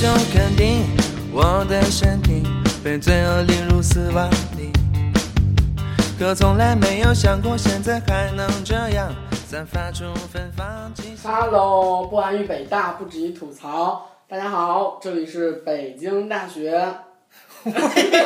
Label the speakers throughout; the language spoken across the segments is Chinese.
Speaker 1: 种肯定，我的身体被罪恶淋入死亡里，可从来没有想过现在还能这样散发出芬芳气息。
Speaker 2: Hello， 不安于北大，不止于吐槽。大家好，这里是北京大学。为什么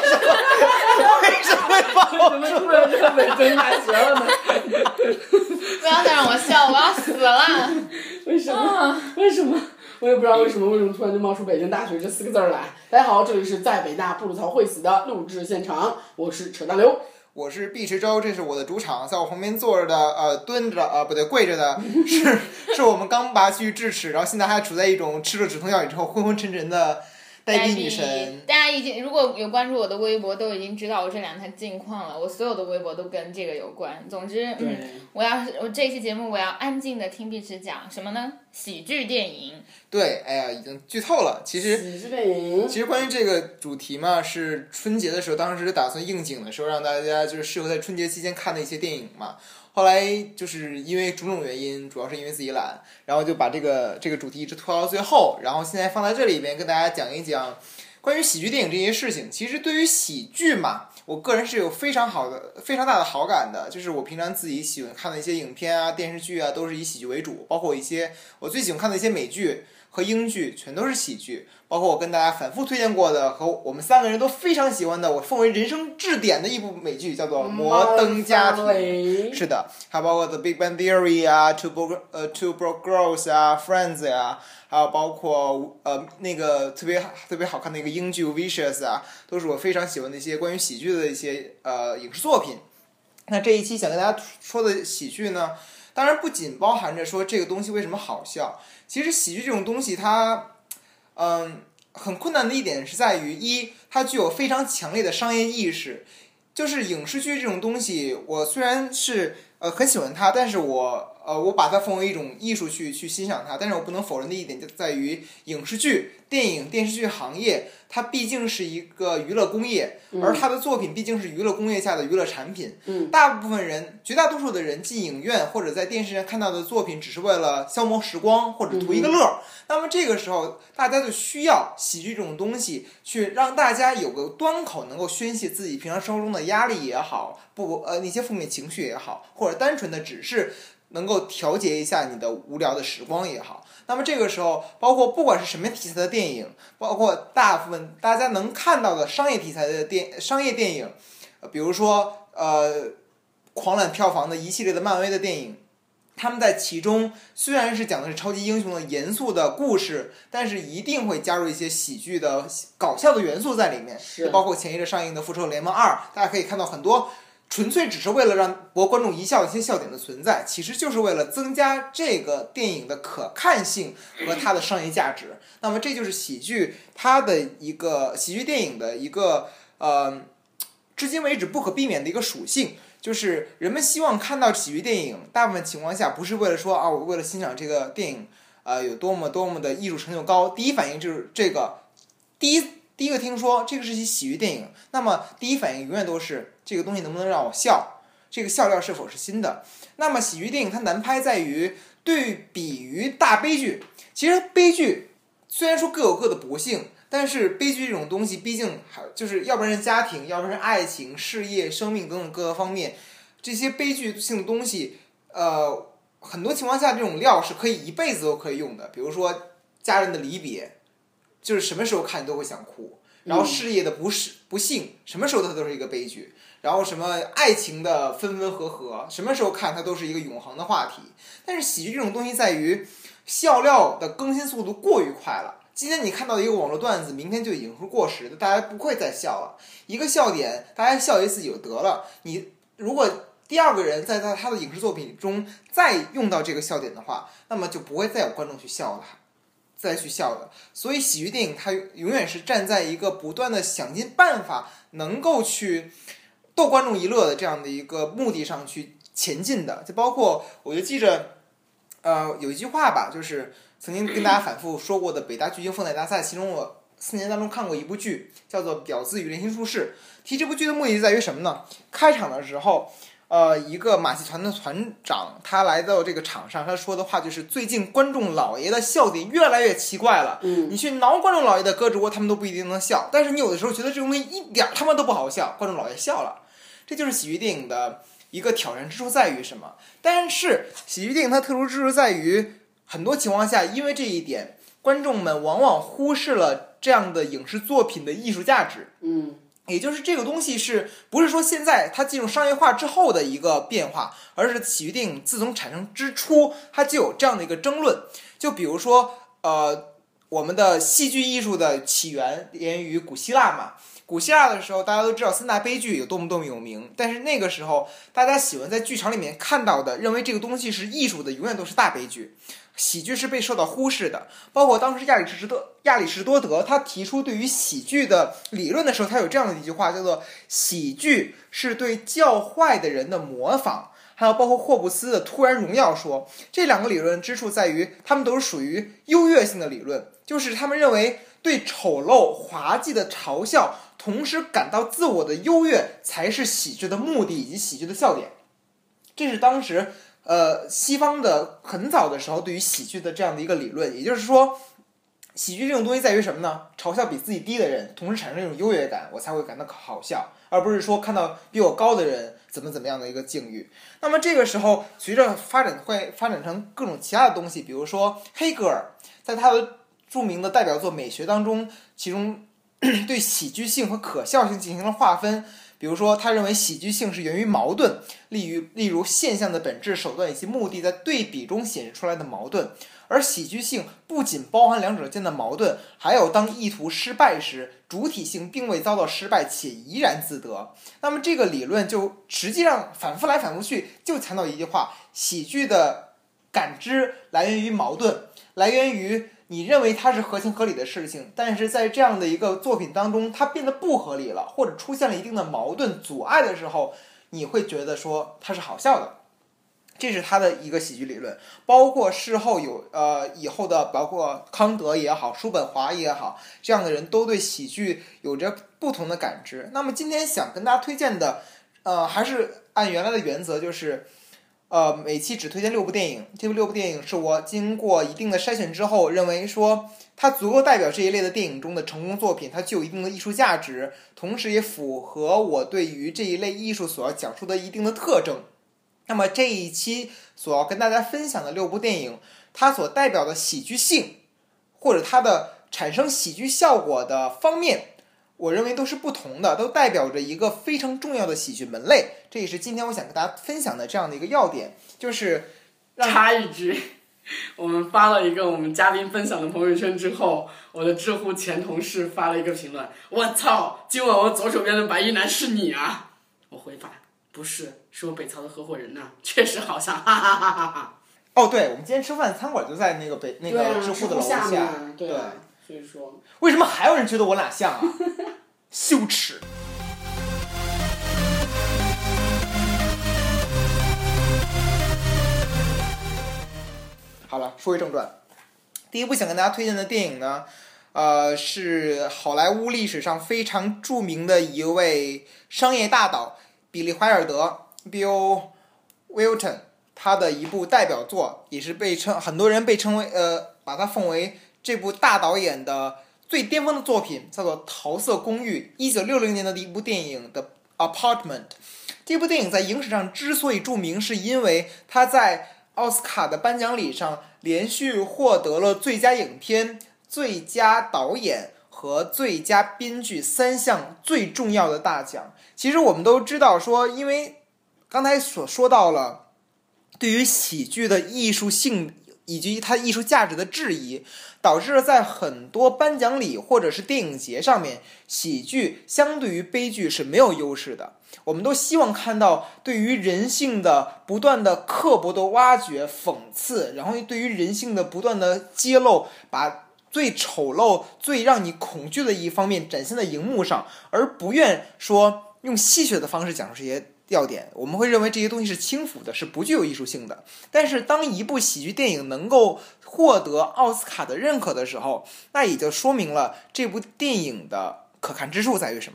Speaker 2: 突然就北京大学了呢？
Speaker 3: 不要再让我笑，我要死了。
Speaker 2: 为什么？为什么？我也不知道为什么突然就冒出北京大学这4个字来。大家好，这里是在北大不吐槽会死的录制现场，我是扯淡刘。
Speaker 4: 我是毕池洲，这是我的主场，在我旁边坐着的蹲着不对跪着的是我们刚拔去智齿，然后现在还处在一种吃了止痛药以后昏昏沉沉的呆逼女神。
Speaker 3: 大家已经如果有关注我的微博都已经知道我这2天近况了，我所有的微博都跟这个有关。总之，我这期节目我要安静的听毕池讲什么呢？喜剧电影。
Speaker 4: 对，哎呀，已经剧透了。其实
Speaker 2: 喜剧电影，
Speaker 4: 其实关于这个主题嘛，是春节的时候，当时打算应景的时候，让大家就是适合在春节期间看的一些电影嘛。后来就是因为种种原因，主要是因为自己懒，然后就把这个主题一直拖到最后，然后现在放在这里边跟大家讲一讲关于喜剧电影这些事情。其实对于喜剧嘛，我个人是有非常大的好感的，就是我平常自己喜欢看的一些影片啊、电视剧啊，都是以喜剧为主，包括一些我最喜欢看的一些美剧和英剧，全都是喜剧。包括我跟大家反复推荐过的和我们3个人都非常喜欢的，我奉为人生至典的一部美剧，叫做《摩登家庭》。是的，还包括《The Big Bang Theory》啊，《Two Broke Girls》啊，《Friends》呀，还有包括那个特别好看的一个英剧《Vicious》啊，都是我非常喜欢的一些关于喜剧的一些影视作品。那这一期想跟大家说的喜剧呢，当然不仅包含着说这个东西为什么好笑，其实喜剧这种东西它很困难的一点是在于，它具有非常强烈的商业意识。就是影视剧这种东西，我虽然是很喜欢它，但是我把它奉为一种艺术去欣赏它。但是我不能否认的一点就在于，影视剧、电视剧行业它毕竟是一个娱乐工业，而它的作品毕竟是娱乐工业下的娱乐产品。大部分人，绝大多数的人进影院或者在电视上看到的作品，只是为了消磨时光或者图一个乐。那么这个时候，大家就需要喜剧这种东西，去让大家有个端口，能够宣泄自己平常生活中的压力也好，那些负面情绪也好，或者单纯的只是能够调节一下你的无聊的时光也好。那么这个时候，包括不管是什么题材的电影，包括大部分大家能看到的商业题材的商业电影，比如说狂揽票房的一系列的漫威的电影，他们在其中虽然是讲的是超级英雄的严肃的故事，但是一定会加入一些喜剧的搞笑的元素在里面。就包括前一阵上映的《复仇者联盟2》，大家可以看到很多纯粹只是为了让博观众一笑的一些笑点的存在，其实就是为了增加这个电影的可看性和它的商业价值。那么这就是喜剧它的一个喜剧电影的一个至今为止不可避免的一个属性。就是人们希望看到喜剧电影，大部分情况下不是为了说我为了欣赏这个电影有多么的艺术成就高，第一反应就是这个第一个听说这个是喜剧电影，那么第一反应永远都是这个东西能不能让我笑，这个笑料是否是新的。那么喜剧电影它难拍在于对比于大悲剧，其实悲剧虽然说各有各的不幸，但是悲剧这种东西毕竟就是要不然是家庭，要不然是爱情、事业、生命等等各个方面，这些悲剧性的东西很多情况下这种料是可以一辈子都可以用的。比如说家人的离别，就是什么时候看你都会想哭，然后事业的不幸，什么时候它都是一个悲剧，然后什么爱情的分分合合，什么时候看它都是一个永恒的话题。但是喜剧这种东西在于笑料的更新速度过于快了，今天你看到一个网络段子，明天就已经是过时的，大家不会再笑了。一个笑点大家笑一次就得了，你如果第二个人在他的影视作品中再用到这个笑点的话，那么就不会再有观众去笑了，再去笑的。所以喜剧电影它永远是站在一个不断的想尽办法能够去逗观众一乐的这样的一个目的上去前进的。就包括我就记着有一句话吧，就是曾经跟大家反复说过的北大巨星凤彩大赛，其中我4年当中看过一部剧叫做《婊子与人心术士》。提这部剧的目的在于什么呢？开场的时候一个马戏团的团长，他来到这个场上，他说的话就是最近观众老爷的笑点越来越奇怪了。你去挠观众老爷的胳肢窝，他们都不一定能笑，但是你有的时候觉得这东西一点他们都不好笑，观众老爷笑了。这就是喜剧电影的一个挑战之处在于什么？但是喜剧电影它特殊之处在于，很多情况下因为这一点，观众们往往忽视了这样的影视作品的艺术价值。也就是这个东西是不是说现在它进入商业化之后的一个变化，而是喜剧电影自从产生之初，它就有这样的一个争论。就比如说我们的戏剧艺术的起源源于古希腊嘛。古希腊的时候，大家都知道三大悲剧有多么有名，但是那个时候大家喜欢在剧场里面看到的，认为这个东西是艺术的，永远都是大悲剧。喜剧是被受到忽视的，包括当时亚里士多德他提出对于喜剧的理论的时候，他有这样的一句话，叫做喜剧是对较坏的人的模仿。还有包括霍布斯的突然荣耀说，这两个理论之处在于，他们都是属于优越性的理论，就是他们认为对丑陋滑稽的嘲笑，同时感到自我的优越，才是喜剧的目的以及喜剧的笑点。这是当时西方的很早的时候对于喜剧的这样的一个理论。也就是说，喜剧这种东西在于什么呢？嘲笑比自己低的人，同时产生一种优越感，我才会感到好笑，而不是说看到比我高的人怎么样的一个境遇。那么这个时候随着会发展成各种其他的东西，比如说黑格尔在他的著名的代表作《美学》当中，其中对喜剧性和可笑性进行了划分。比如说他认为喜剧性是源于矛盾，例如现象的本质、手段以及目的在对比中显示出来的矛盾，而喜剧性不仅包含两者间的矛盾，还有当意图失败时，主体性并未遭到失败且怡然自得。那么这个理论就实际上反复来反复去，就强调一句话：喜剧的感知来源于矛盾，来源于你认为它是合情合理的事情，但是在这样的一个作品当中，它变得不合理了，或者出现了一定的矛盾阻碍的时候，你会觉得说它是好笑的。这是他的一个喜剧理论。包括事后以后的包括康德也好，叔本华也好，这样的人都对喜剧有着不同的感知。那么今天想跟大家推荐的还是按原来的原则，就是每期只推荐6部电影。这6部电影是我经过一定的筛选之后，认为说它足够代表这一类的电影中的成功作品，它具有一定的艺术价值，同时也符合我对于这一类艺术所要讲述的一定的特征。那么这一期所要跟大家分享的6部电影，它所代表的喜剧性或者它的产生喜剧效果的方面，我认为都是不同的，都代表着一个非常重要的喜剧门类。这也是今天我想跟大家分享的这样的一个要点，就是
Speaker 2: 插一句，我们发了一个我们嘉宾分享的朋友圈之后，我的知乎前同事发了一个评论：我操，今晚我左手边的白衣男是你啊！我回答：不是，是我北曹的合伙人呐，确实好像，哈哈哈哈哈。
Speaker 4: 哦，对，我们今天吃饭餐馆就在那个知乎的楼下，
Speaker 2: 对，所以说
Speaker 4: 为什么还有人觉得我俩像啊？羞耻。好了，说回正传。第一部想跟大家推荐的电影呢，是好莱坞历史上非常著名的一位商业大导比利·怀尔德 （Bill Wilton） 他的一部代表作，也是很多人被称为把它奉为这部大导演的最巅峰的作品，叫做《桃色公寓》，1960年的一部电影的 Apartment。这部电影在影史上之所以著名，是因为它在奥斯卡的颁奖礼上连续获得了最佳影片、最佳导演和最佳编剧3项最重要的大奖。其实我们都知道说，因为刚才所说到了对于喜剧的艺术性以及它艺术价值的质疑，导致了在很多颁奖礼或者是电影节上面，喜剧相对于悲剧是没有优势的。我们都希望看到对于人性的不断的刻薄的挖掘、讽刺，然后对于人性的不断的揭露，把最丑陋、最让你恐惧的一方面展现在荧幕上，而不愿说用戏谑的方式讲述这些要点。我们会认为这些东西是轻浮的，是不具有艺术性的。但是当一部喜剧电影能够获得奥斯卡的认可的时候，那也就说明了这部电影的可看之处在于什么。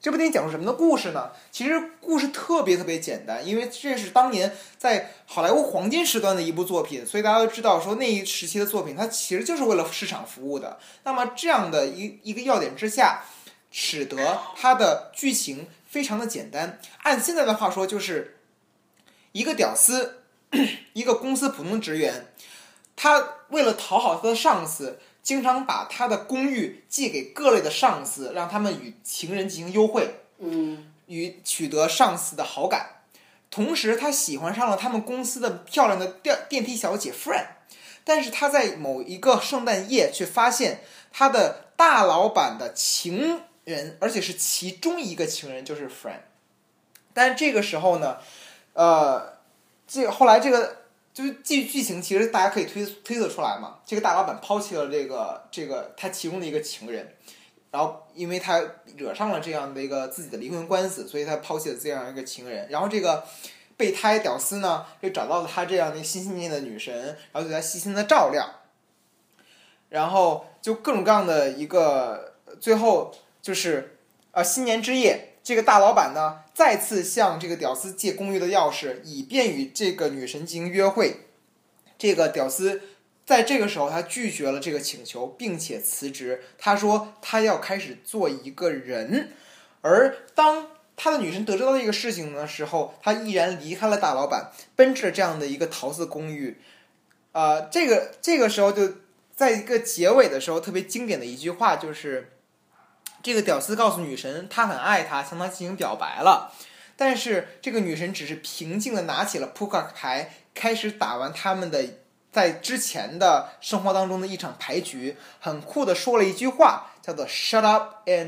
Speaker 4: 这部电影讲述什么的故事呢？其实故事特别特别简单，因为这是当年在好莱坞黄金时段的一部作品，所以大家都知道说那一时期的作品它其实就是为了市场服务的。那么这样的一个要点之下，使得它的剧情非常的简单。按现在的话说，就是一个屌丝，一个公司普通职员，他为了讨好他的上司，经常把他的公寓寄给各类的上司，让他们与情人进行幽会，与取得上司的好感。同时他喜欢上了他们公司的漂亮的电梯小姐 Fran， 但是他在某一个圣诞夜却发现他的大老板的情人，而且是其中一个情人就是 Fran。 但是这个时候呢后来这个就是剧情其实大家可以推测出来嘛，这个大老板抛弃了这个他其中的一个情人，然后因为他惹上了这样的一个自己的离婚官司，所以他抛弃了这样一个情人。然后这个备胎屌丝呢就找到了他这样的心心念念的女神，然后对他细心的照料，然后就各种各样的一个，最后就是新年之夜，这个大老板呢再次向这个屌丝借公寓的钥匙，以便与这个女神进行约会。这个屌丝在这个时候他拒绝了这个请求，并且辞职。他说他要开始做一个人。而当他的女神得知到这个事情的时候，他毅然离开了大老板，奔驰这样的一个桃色公寓。这个时候就在一个结尾的时候，特别经典的一句话就是这个屌丝告诉女神他很爱她，向她进行表白了，但是这个女神只是平静的拿起了扑克牌，开始打完他们的在之前的生活当中的一场牌局，很酷的说了一句话，叫做 Shut up and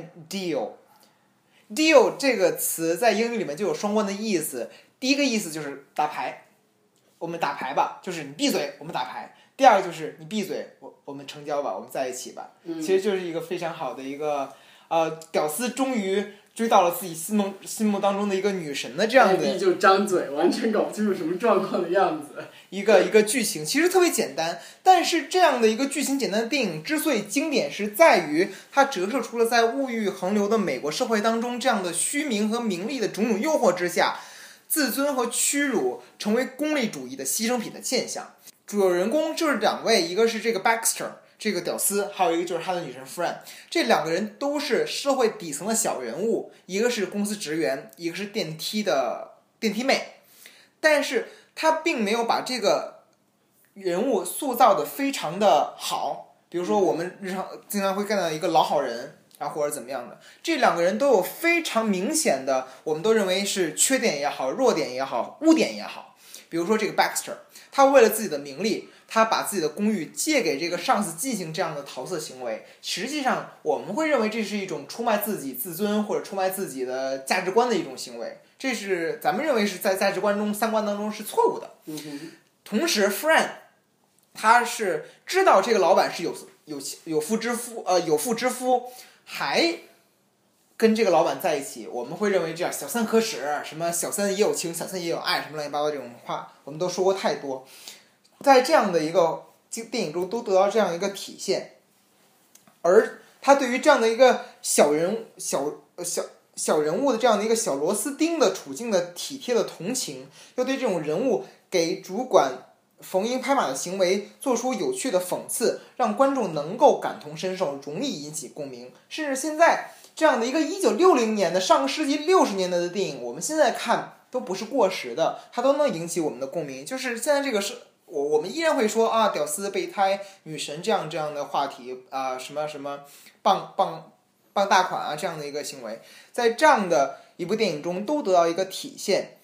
Speaker 4: deal。 这个词在英语里面就有双关的意思，第一个意思就是打牌，我们打牌吧，就是你闭嘴我们打牌。第二个就是你闭嘴我们成交吧，我们在一起吧。其实就是一个非常好的一个屌丝终于追到了自己心目当中的一个女神的这样的，
Speaker 2: 就张嘴，完全搞不清楚什么状况的样子。
Speaker 4: 一个剧情其实特别简单，但是这样的一个剧情简单的电影之所以经典，是在于它折射出了在物欲横流的美国社会当中，这样的虚名和名利的种种诱惑之下，自尊和屈辱成为功利主义的牺牲品的现象。主要人公就是两位，一个是这个 Baxter这个屌丝，还有一个就是他的女神 Fran。 这两个人都是社会底层的小人物，一个是公司职员，一个是电梯妹。但是他并没有把这个人物塑造的非常的好，比如说我们日常经常会看到一个老好人啊，或者怎么样的。这两个人都有非常明显的，我们都认为是缺点也好，弱点也好，污点也好。比如说这个 Baxter， 他为了自己的名利，他把自己的公寓借给这个上司进行这样的桃色行为，实际上我们会认为这是一种出卖自己自尊或者出卖自己的价值观的一种行为，这是咱们认为是在价值观中三观当中是错误的。同时 Fran 他是知道这个老板是有妇之夫，还跟这个老板在一起，我们会认为这样小三可耻，什么小三也有情，小三也有爱，什么乱七八糟这种话我们都说过太多，在这样的一个电影中都得到这样一个体现。而他对于这样的一个小人物的这样的一个小螺丝钉的处境的体贴的同情，又对这种人物给主管逢迎拍马的行为做出有趣的讽刺，让观众能够感同身受，容易引起共鸣。甚至现在这样的一个1960年的上个世纪60年代的电影，我们现在看都不是过时的，它都能引起我们的共鸣。就是现在这个是我们依然会说啊，屌丝备胎女神这样的话题啊，什么什么傍大款啊，这样的一个行为，在这样的一部电影中都得到一个体现。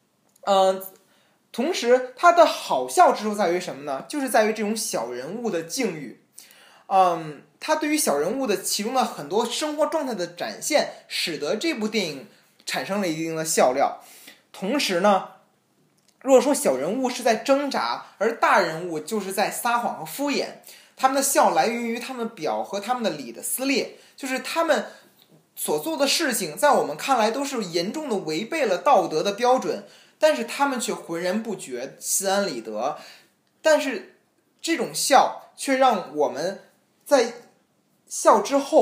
Speaker 4: 同时它的好笑之处在于什么呢？就是在于这种小人物的境遇。它对于小人物的其中的很多生活状态的展现，使得这部电影产生了一定的笑料。同时呢，如果说小人物是在挣扎，而大人物就是在撒谎和敷衍，他们的笑来源于他们表和他们的里的撕裂，就是他们所做的事情在我们看来都是严重的违背了道德的标准，但是他们却浑然不觉，心安理得。但是这种笑却让我们在笑之后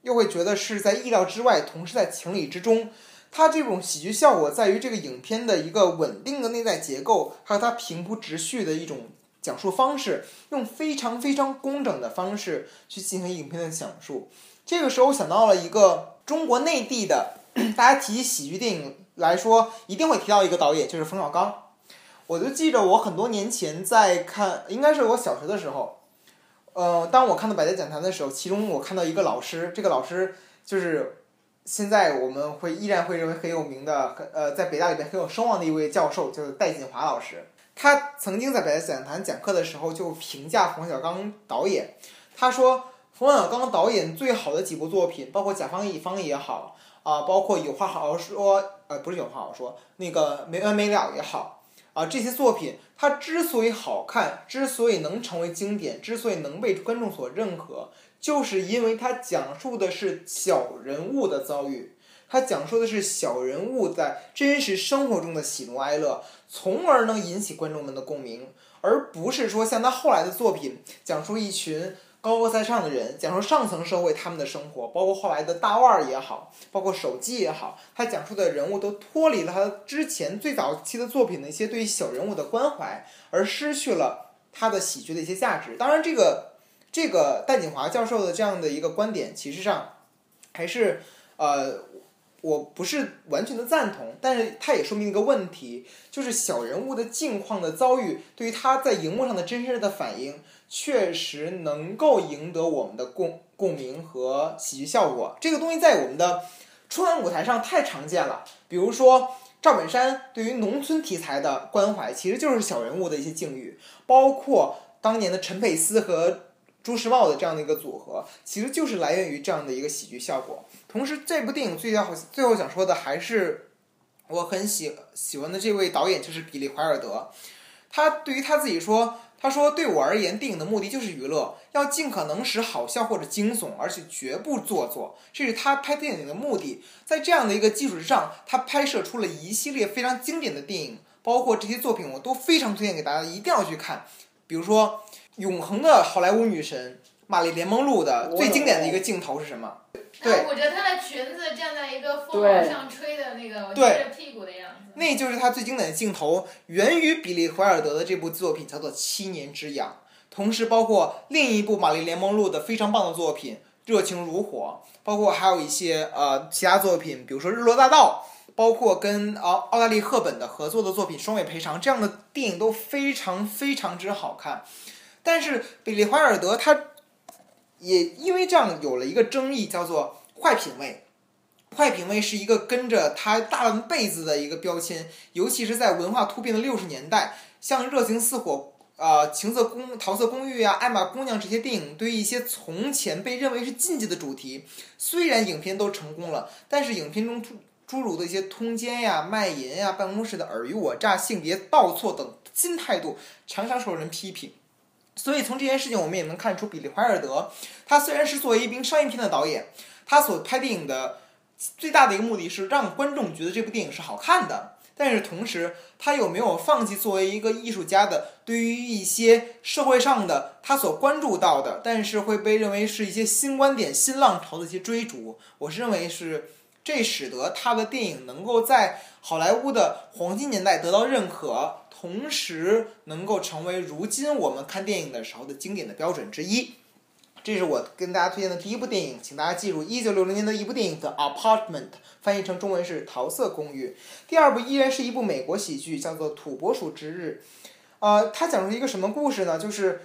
Speaker 4: 又会觉得是在意料之外，同时在情理之中。它这种喜剧效果在于这个影片的一个稳定的内在结构，还有它平铺直叙的一种讲述方式，用非常非常工整的方式去进行影片的讲述。这个时候我想到了一个中国内地的，大家提起喜剧电影来说一定会提到一个导演，就是冯小刚。我就记着我很多年前在看，应该是我小学的时候，当我看到百家讲坛的时候，其中我看到一个老师，这个老师就是现在我们依然会认为很有名的，在北大里边很有声望的一位教授，就是戴锦华老师。他曾经在百家讲坛讲课的时候就评价冯小刚导演，他说冯小刚导演最好的几部作品，包括甲方乙方也好包括有话好好说，不是有话好说，那个没完没了也好。这些作品它之所以好看，之所以能成为经典，之所以能被观众所认可，就是因为它讲述的是小人物的遭遇，它讲述的是小人物在真实生活中的喜怒哀乐，从而能引起观众们的共鸣，而不是说像他后来的作品讲述一群高高在上的人，讲述上层社会他们的生活，包括后来的大腕儿也好，包括手机也好，他讲述的人物都脱离了他之前最早期的作品的一些对于小人物的关怀，而失去了他的喜剧的一些价值。当然这个戴锦华教授的这样的一个观点其实上还是我不是完全的赞同，但是它也说明一个问题，就是小人物的境况的遭遇对于他在荧幕上的真实的反应确实能够赢得我们的共鸣和喜剧效果。这个东西在我们的春晚舞台上太常见了，比如说赵本山对于农村题材的关怀其实就是小人物的一些境遇，包括当年的陈佩斯和朱时茂的这样的一个组合，其实就是来源于这样的一个喜剧效果。同时这部电影最后想说的还是我很喜欢的这位导演，就是比利怀尔德。他对于他自己说，他说对我而言电影的目的就是娱乐，要尽可能使好笑或者惊悚，而且绝不做作，这是他拍电影的目的。在这样的一个基础之上，他拍摄出了一系列非常经典的电影，包括这些作品我都非常推荐给大家，一定要去看。比如说永恒的好莱坞女神玛丽莲梦露的最经典的一个镜头是什么？对，
Speaker 3: 捂着她的裙子站在一个风往上吹的那个贴着屁股的样子，
Speaker 4: 那就是她最经典的镜头，源于比利怀尔德的这部作品叫做《7年之痒》。同时包括另一部玛丽莲梦露的非常棒的作品《热情如火》，包括还有一些其他作品，比如说《日落大道》，包括跟澳大利赫本的合作的作品《双尾赔偿》，这样的电影都非常非常之好看。但是比利怀尔德他也因为这样有了一个争议，叫做坏品味。坏品味是一个跟着他大半辈子的一个标签，尤其是在文化突变的60年代，像《热情似火》桃色公寓艾玛姑娘这些电影，对于一些从前被认为是禁忌的主题，虽然影片都成功了，但是影片中诸如的一些通奸卖淫办公室的尔虞我诈、性别倒错等新态度，常常受人批评。所以从这件事情我们也能看出，比利怀尔德他虽然是作为一名商业片的导演，他所拍电影的最大的一个目的是让观众觉得这部电影是好看的，但是同时他有没有放弃作为一个艺术家的对于一些社会上的他所关注到的但是会被认为是一些新观点新浪潮的一些追逐，我是认为是这使得他的电影能够在好莱坞的黄金年代得到认可，同时能够成为如今我们看电影的时候的经典的标准之一。这是我跟大家推荐的第一部电影，请大家记住1960年的一部电影 The Apartment， 翻译成中文是桃色公寓。第二部依然是一部美国喜剧，叫做土拨鼠之日。它讲述一个什么故事呢？是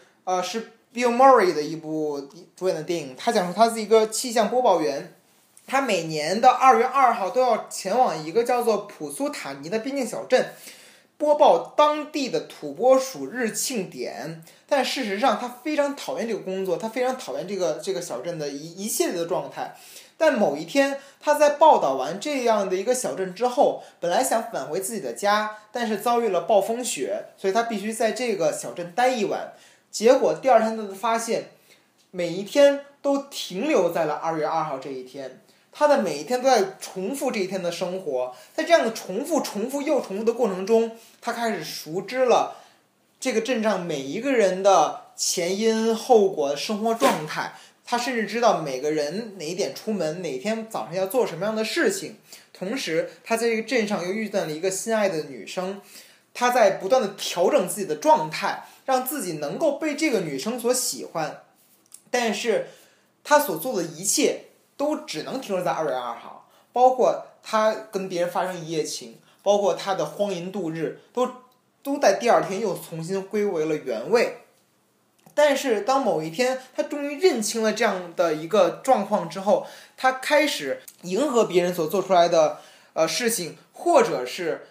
Speaker 4: Bill Murray 的一部主演的电影。它讲述他是一个气象播报员，他每年的2月2号都要前往一个叫做普苏塔尼的边境小镇，播报当地的土拨鼠日庆典。但事实上他非常讨厌这个工作，他非常讨厌这个小镇的一系列的状态。但某一天他在报道完这样的一个小镇之后，本来想返回自己的家，但是遭遇了暴风雪，所以他必须在这个小镇待一晚。结果第二天他发现每一天都停留在了2月2号这一天，他的每一天都在重复这一天的生活。在这样的重复又重复的过程中，他开始熟知了这个镇上每一个人的前因后果的生活状态， 他甚至知道每个人哪一点出门，哪天早上要做什么样的事情。同时他在这个镇上又遇到了一个心爱的女生，他在不断的调整自己的状态，让自己能够被这个女生所喜欢。但是他所做的一切都只能停留在2月2号，包括他跟别人发生一夜情，包括他的荒淫度日，都在第二天又重新归为了原位。但是当某一天他终于认清了这样的一个状况之后，他开始迎合别人所做出来的事情，或者是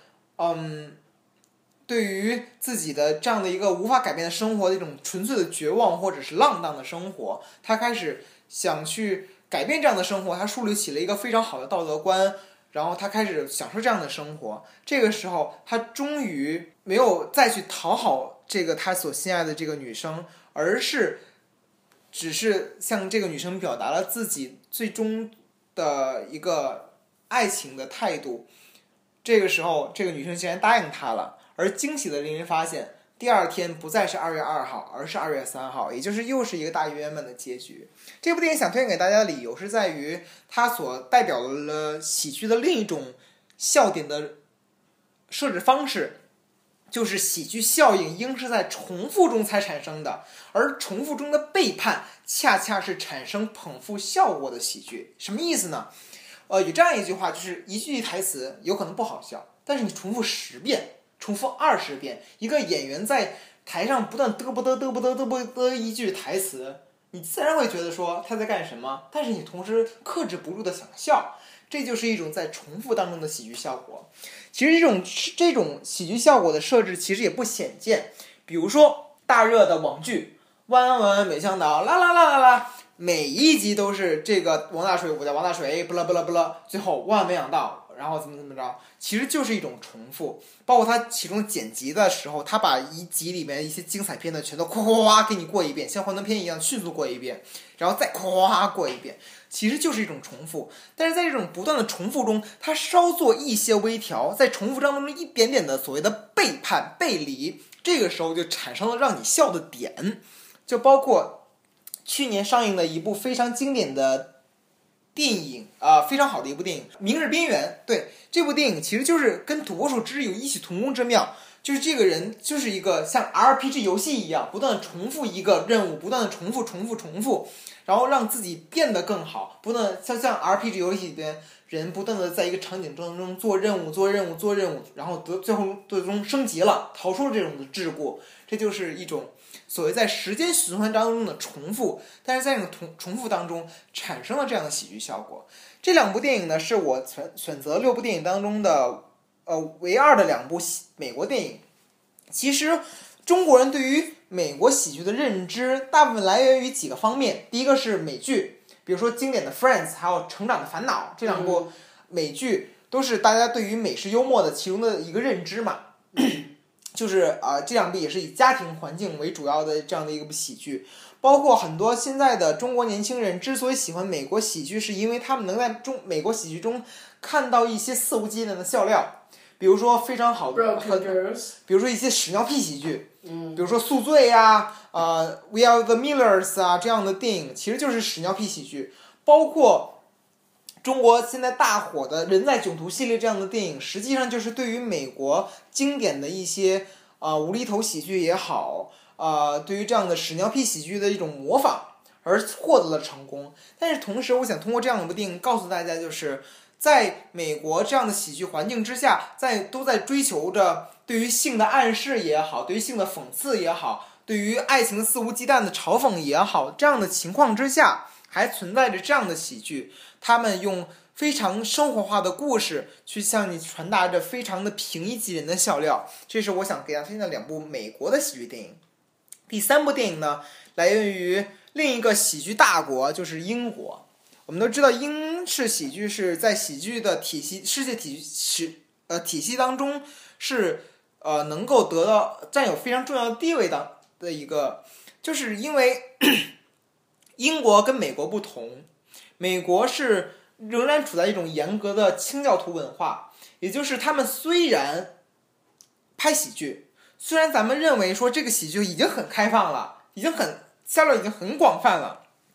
Speaker 4: 对于自己的这样的一个无法改变的生活的一种纯粹的绝望或者是浪荡的生活，他开始想去改变这样的生活，他树立起了一个非常好的道德观，然后他开始享受这样的生活。这个时候他终于没有再去讨好这个他所心爱的这个女生，而是只是向这个女生表达了自己最终的一个爱情的态度。这个时候这个女生竟然答应他了，而惊喜的令人发现第二天不再是2月2号，而是2月3号，也就是又是一个大圆满的结局。这部电影想推荐给大家的理由是在于它所代表了喜剧的另一种笑点的设置方式，就是喜剧效应应是在重复中才产生的，而重复中的背叛恰恰是产生捧腹效果的喜剧。什么意思呢？有这样一句话，就是一句台词有可能不好笑，但是你重复10遍，重复20遍，一个演员在台上不断嘚啵嘚一句台词，你自然会觉得说他在干什么，但是你同时克制不住的想笑。这就是一种在重复当中的喜剧效果。其实这种喜剧效果的设置其实也不鲜见，比如说大热的网剧万万没想到啦啦啦啦啦，每一集都是这个王大水，我叫王大水，不啦不啦不啦，最后万万没想到，然后怎么着，其实就是一种重复。包括他其中剪辑的时候，他把一集里面一些精彩片段全都夸夸夸给你过一遍，像幻灯片一样迅速过一遍，然后再夸夸过一遍，其实就是一种重复。但是在这种不断的重复中，他稍做一些微调，在重复当中一点点的所谓的背叛背离，这个时候就产生了让你笑的点。就包括去年上映的一部非常经典的电影非常好的一部电影《明日边缘》。对，这部电影其实就是跟土拨鼠之日有异曲同工之妙，就是这个人就是一个像 RPG 游戏一样，不断的重复一个任务，不断的重复，然后让自己变得更好，不断像 RPG 游戏里边人不断的在一个场景当中做任务，然后最终升级了，逃出了这种的桎梏。这就是一种所谓在时间循环当中的重复，但是在这种重复当中产生了这样的喜剧效果。这2部电影呢，是我选择6部电影当中的唯二的2部美国电影。其实中国人对于美国喜剧的认知大部分来源于几个方面，第一个是美剧，比如说经典的 Friends 还有《成长的烦恼》，这2部美剧都是大家对于美式幽默的其中的一个认知嘛。就是这2部也是以家庭环境为主要的这样的一部喜剧。包括很多现在的中国年轻人之所以喜欢美国喜剧，是因为他们能在美国喜剧中看到一些肆无忌惮的笑料，比如说非常好的比如说一些屎尿屁喜剧，比如说宿醉呀We Are the Millers 啊，这样的电影其实就是屎尿屁喜剧。包括中国现在大火的人在囧途系列这样的电影，实际上就是对于美国经典的一些无厘头喜剧也好，对于这样的屎尿屁喜剧的一种模仿而获得了成功。但是同时我想通过这样一部电影告诉大家，就是在美国这样的喜剧环境之下，都在追求着对于性的暗示也好，对于性的讽刺也好，对于爱情的肆无忌惮的嘲讽也好，这样的情况之下还存在着这样的喜剧，他们用非常生活化的故事去向你传达着非常的平易近人的笑料。这是我想给大家推荐的2部美国的喜剧电影。第3部电影呢，来源于另一个喜剧大国，就是英国。我们都知道英式喜剧是在喜剧的世界体系当中是能够占有非常重要的地位的一个，就是因为英国跟美国不同，美国是仍然处在一种严格的清教徒文化，也就是他们虽然拍喜剧，虽然咱们认为说这个喜剧已经很开放了，效率已经很广泛了，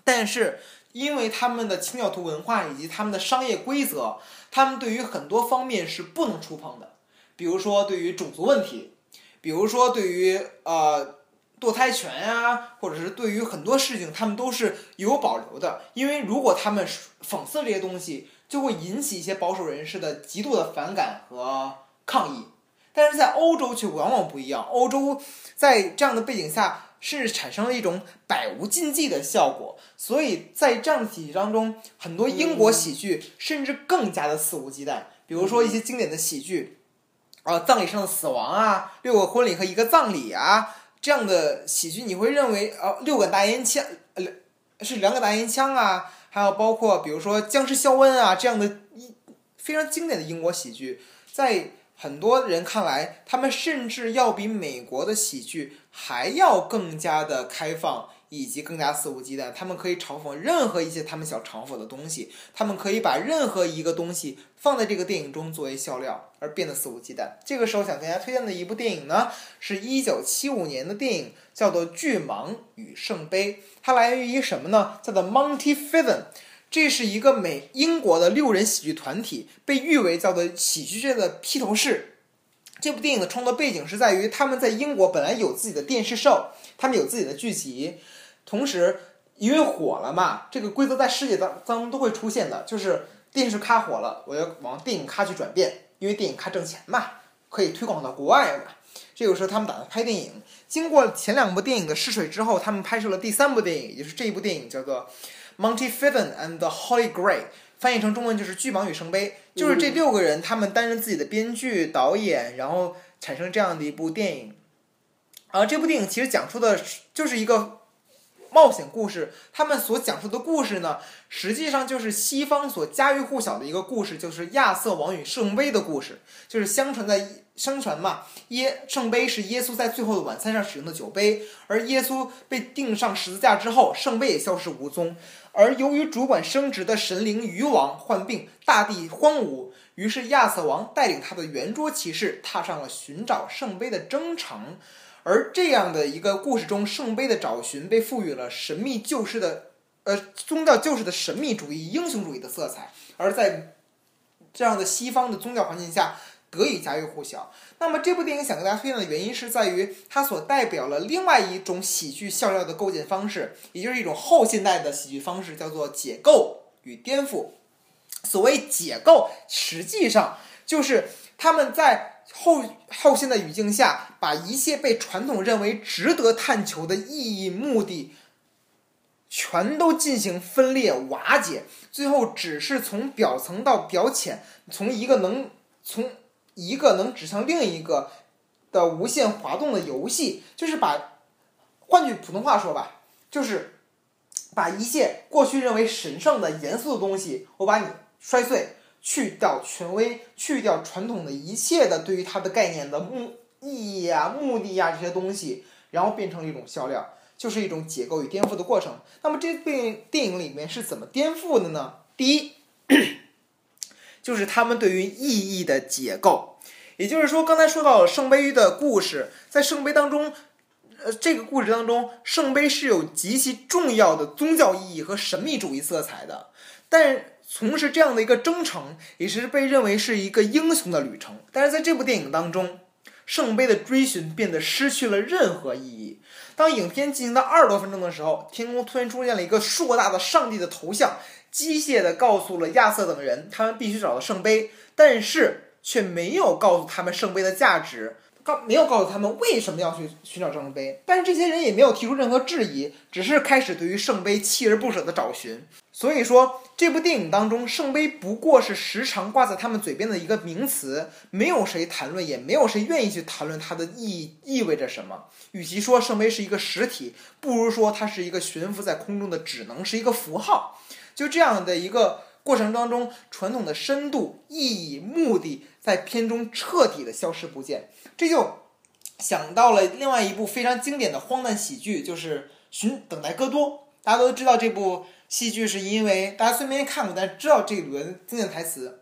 Speaker 4: 但是因为他们的清教徒文化以及他们的商业规则，他们对于很多方面是不能触碰的，比如说对于种族问题，比如说对于堕胎权呀，或者是对于很多事情他们都是有保留的，因为如果他们讽刺这些东西，就会引起一些保守人士的极度的反感和抗议。但是在欧洲却往往不一样，欧洲在这样的背景下是产生了一种百无禁忌的效果，所以在这样的体系当中，很多英国喜剧甚至更加的肆无忌惮，比如说一些经典的喜剧葬礼上的死亡啊，6个婚礼和1个葬礼啊，这样的喜剧你会认为6个大烟枪是2个大烟枪啊，还有包括比如说僵尸肖恩啊这样的非常经典的英国喜剧，在很多人看来，他们甚至要比美国的喜剧还要更加的开放，以及更加肆无忌惮。他们可以嘲讽任何一些他们想嘲讽的东西，他们可以把任何一个东西放在这个电影中作为笑料，而变得肆无忌惮。这个时候想跟大家推荐的一部电影呢，是1975年的电影，叫做《巨蟒与圣杯》。它来源于什么呢？叫做 Monty Python。这是一个英国的6人喜剧团体，被誉为叫做喜剧界的披头士。这部电影的创作背景是在于他们在英国本来有自己的电视秀，他们有自己的剧集，同时因为火了嘛，这个规则在世界当中都会出现的，就是电视咖火了，我要往电影咖去转变，因为电影咖挣钱嘛，可以推广到国外嘛。这个时候他们打算拍电影，经过前2部电影的试水之后，他们拍摄了第3部电影，也就是这一部电影叫做Monty Python and the Holy Grail， 翻译成中文就是巨蟒与圣杯，就是这6个人他们担任自己的编剧导演，然后产生这样的一部电影。这部电影其实讲述的就是一个冒险故事，他们所讲述的故事呢，实际上就是西方所家喻户晓的一个故事，就是亚瑟王与圣杯的故事。就是相传嘛，圣杯是耶稣在最后的晚餐上使用的酒杯，而耶稣被钉上十字架之后，圣杯也消失无踪。而由于主管生殖的神灵鱼王患病，大地荒芜，于是亚瑟王带领他的圆桌骑士踏上了寻找圣杯的征程。而这样的一个故事中，圣杯的找寻被赋予了神秘救世的宗教救世的神秘主义、英雄主义的色彩，而在这样的西方的宗教环境下得以家喻户晓。那么这部电影想跟大家推荐的原因是在于它所代表了另外一种喜剧笑料的构建方式，也就是一种后现代的喜剧方式，叫做解构与颠覆。所谓解构，实际上就是他们在后现代语境下，把一切被传统认为值得探求的意义、目的全都进行分裂瓦解，最后只是从表层到表浅，从一个能指向另一个的无限滑动的游戏，就是换句普通话说吧，就是把一切过去认为神圣的严肃的东西，我把你摔碎，去掉权威，去掉传统的一切的对于它的概念的意义啊、目的啊这些东西，然后变成一种笑料，就是一种解构与颠覆的过程。那么这部电影里面是怎么颠覆的呢？第一，就是他们对于意义的解构。也就是说，刚才说到了圣杯的故事，在圣杯当中，这个故事当中，圣杯是有极其重要的宗教意义和神秘主义色彩的，但同时这样的一个征程也是被认为是一个英雄的旅程。但是在这部电影当中，圣杯的追寻变得失去了任何意义。当影片进行到20多分钟的时候，天空突然出现了一个硕大的上帝的头像，机械地告诉了亚瑟等人他们必须找到圣杯，但是却没有告诉他们圣杯的价值，没有告诉他们为什么要去寻找圣杯。但是这些人也没有提出任何质疑，只是开始对于圣杯锲而不舍的找寻。所以说这部电影当中，圣杯不过是时常挂在他们嘴边的一个名词，没有谁谈论，也没有谁愿意去谈论它的意味着什么。与其说圣杯是一个实体，不如说它是一个悬浮在空中的只能是一个符号。就这样的一个过程当中，传统的深度、意义、目的在片中彻底的消失不见。这就想到了另外一部非常经典的荒诞喜剧，就是等待戈多。大家都知道这部戏剧是因为大家虽没看过，但是知道这里的经典台词：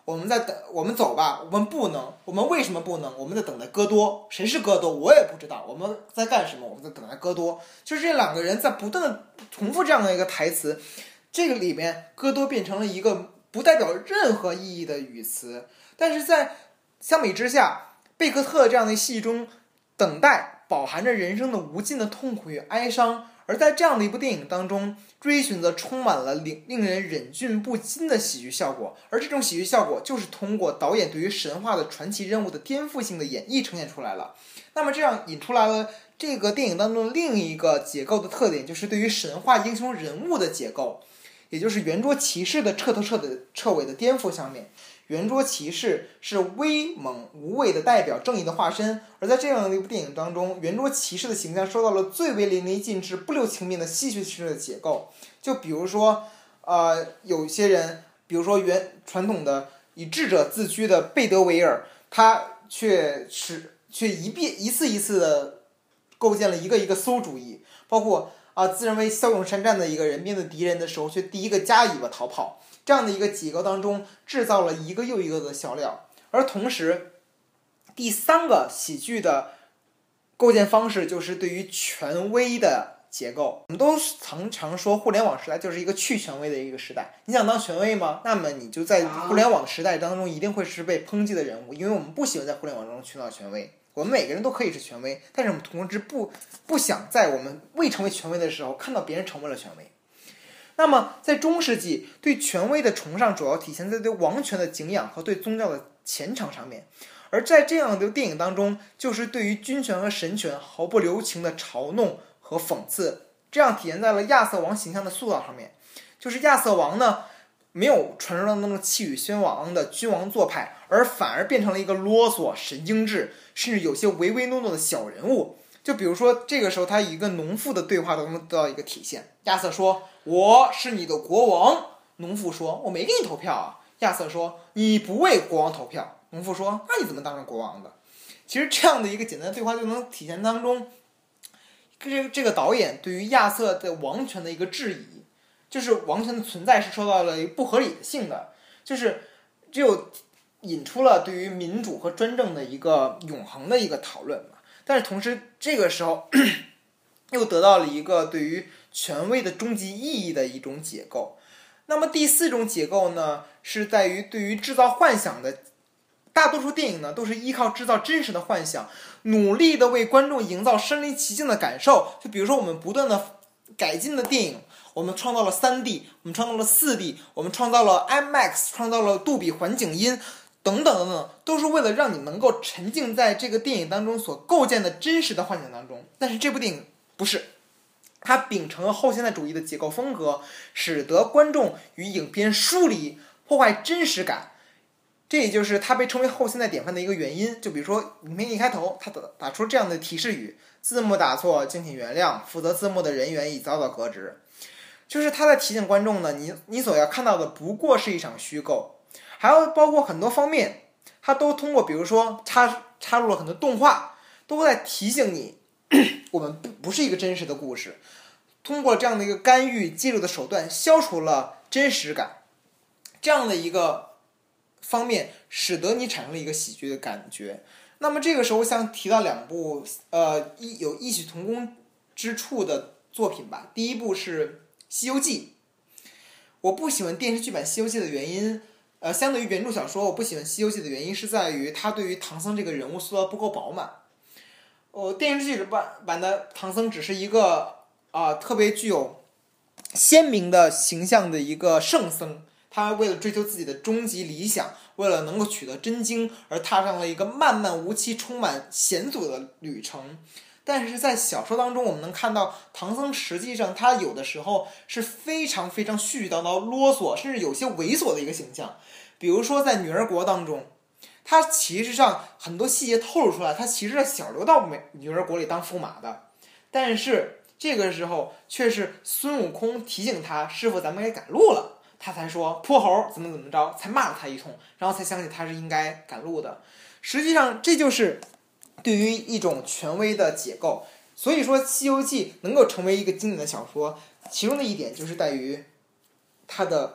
Speaker 4: 我们在等，我们走吧，我们不能，我们为什么不能？我们在等待戈多，谁是戈多我也不知道，我们在干什么？我们在等待戈多，就是这两个人在不断的重复这样的一个台词，这个里面戈多变成了一个不代表任何意义的语词，但是在相比之下，贝克特这样的戏中，等待饱含着人生的无尽的痛苦与哀伤。而在这样的一部电影当中，追寻的充满了令人忍俊不禁的喜剧效果，而这种喜剧效果就是通过导演对于神话的传奇人物的颠覆性的演绎呈现出来了。那么这样引出来了这个电影当中另一个结构的特点，就是对于神话英雄人物的结构，也就是圆桌骑士的彻头彻尾的颠覆上面。圆桌骑士是威猛无畏的代表，正义的化身，而在这样的一部电影当中，圆桌骑士的形象受到了最为淋漓尽致、不留情面的戏谑式的结构。就比如说，有些人，比如说传统的以智者自居的贝德维尔，他却一次的构建了一个馊主意，包括自认为骁勇善战的一个人面对敌人的时候，却第一个夹尾巴逃跑。这样的一个结构当中，制造了一个又一个的笑料。而同时，第三个喜剧的构建方式就是对于权威的结构。我们都常说互联网时代就是一个去权威的一个时代。你想当权威吗？那么你就在互联网的时代当中一定会是被抨击的人物，因为我们不喜欢在互联网中寻找权威。我们每个人都可以是权威，但是我们同时不想在我们未成为权威的时候看到别人成为了权威。那么在中世纪，对权威的崇尚主要体现在对王权的敬仰和对宗教的虔诚上面，而在这样的电影当中，就是对于君权和神权毫不留情的嘲弄和讽刺，这样体现在了亚瑟王形象的塑造上面。就是亚瑟王呢，没有传说当中的气宇轩昂的君王做派，而反而变成了一个啰嗦、神经质，甚至有些唯唯诺诺的小人物。就比如说这个时候他一个农妇的对话当中得到一个体现，亚瑟说我是你的国王，农妇说我没给你投票啊。亚瑟说你不为国王投票，农妇说那你怎么当上国王的。其实这样的一个简单的对话就能体现当中这个导演对于亚瑟的王权的一个质疑，就是王权的存在是受到了不合理的性的，就是只有引出了对于民主和专政的一个永恒的一个讨论嘛。但是同时这个时候又得到了一个对于权威的终极意义的一种解构。那么第四种解构呢，是在于对于制造幻想的，大多数电影呢都是依靠制造真实的幻想，努力的为观众营造身临其境的感受。就比如说我们不断的改进的电影，我们创造了 3D， 我们创造了 4D， 我们创造了 IMAX， 创造了杜比环境音等等等等，都是为了让你能够沉浸在这个电影当中所构建的真实的幻想当中。但是这部电影不是，它秉承了后现代主义的结构风格，使得观众与影片疏离，破坏真实感。这也就是它被称为后现代典范的一个原因。就比如说影片一开头它打出这样的提示语，字幕打错敬请原谅，负责字幕的人员已遭到革职。就是它在提醒观众呢，你所要看到的不过是一场虚构。还有包括很多方面，它都通过比如说插入了很多动画，都在提醒你我们不是一个真实的故事。通过这样的一个干预介入的手段，消除了真实感，这样的一个方面使得你产生了一个喜剧的感觉。那么这个时候想提到两部有异曲同工之处的作品吧。第一部是《西游记》。我不喜欢电视剧版《西游记》的原因，相对于原著小说，我不喜欢《西游记》的原因是在于它对于唐僧这个人物塑造不够饱满。电视剧版的唐僧只是一个特别具有鲜明的形象的一个圣僧，他为了追求自己的终极理想，为了能够取得真经而踏上了一个漫漫无期充满险阻的旅程。但是在小说当中我们能看到唐僧实际上他有的时候是非常非常絮絮叨叨啰嗦，甚至有些猥琐的一个形象。比如说在女儿国当中，他其实上很多细节透露出来，他其实是小流到女儿国里当驸马的，但是这个时候却是孙悟空提醒他，师傅咱们该赶路了，他才说泼猴怎么着，才骂了他一通，然后才想起他是应该赶路的。实际上这就是对于一种权威的解构。所以说《西游记》能够成为一个经典的小说，其中的一点就是在于它的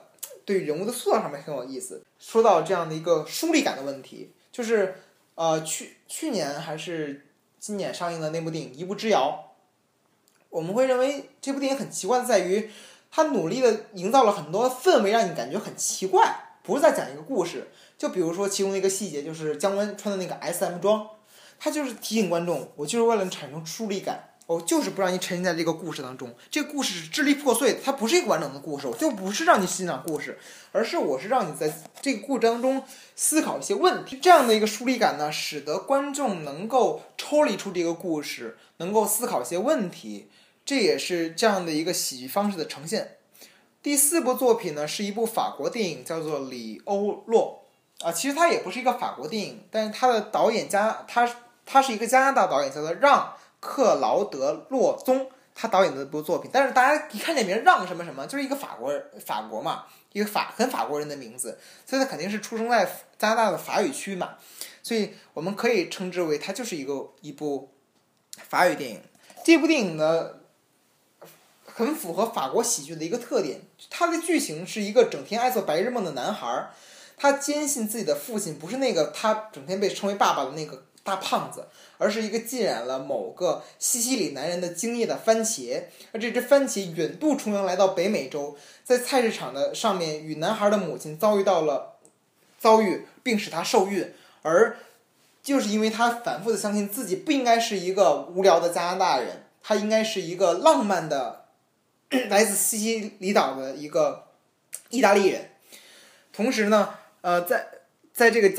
Speaker 4: 对人物的塑造上面很有意思。说到这样的一个疏离感的问题，就是去年还是今年上映的那部电影《一步之遥》，我们会认为这部电影很奇怪的在于，它努力的营造了很多氛围，让你感觉很奇怪，不是在讲一个故事。就比如说其中的一个细节，就是姜文穿的那个 SM 装，他就是提醒观众，我就是为了产生疏离感，我就是不让你沉浸在这个故事当中。这个故事是支离破碎的，它不是一个完整的故事，我就不是让你欣赏故事，而是我是让你在这个故事当中思考一些问题。这样的一个疏离感呢，使得观众能够抽离出这个故事，能够思考一些问题，这也是这样的一个喜剧方式的呈现。第4部作品呢，是一部法国电影，叫做《里欧洛》其实它也不是一个法国电影，但是它的导演他是一个加拿大导演，叫做让·克劳德·洛宗，他导演的一部作品。但是大家一看这名让什么什么，就是一个法国嘛，一个很法国人的名字，所以他肯定是出生在加拿大的法语区嘛，所以我们可以称之为它就是一部法语电影。这部电影呢，很符合法国喜剧的一个特点，它的剧情是一个整天爱做白日梦的男孩，他坚信自己的父亲不是那个他整天被称为爸爸的那个大胖子，而是一个浸染了某个西西里男人的精液的番茄。而这只番茄远渡重洋来到北美洲，在菜市场的上面与男孩的母亲遭遇，并使他受孕。而就是因为他反复的相信自己不应该是一个无聊的加拿大人，他应该是一个浪漫的来自西西里岛的一个意大利人。同时呢，在这个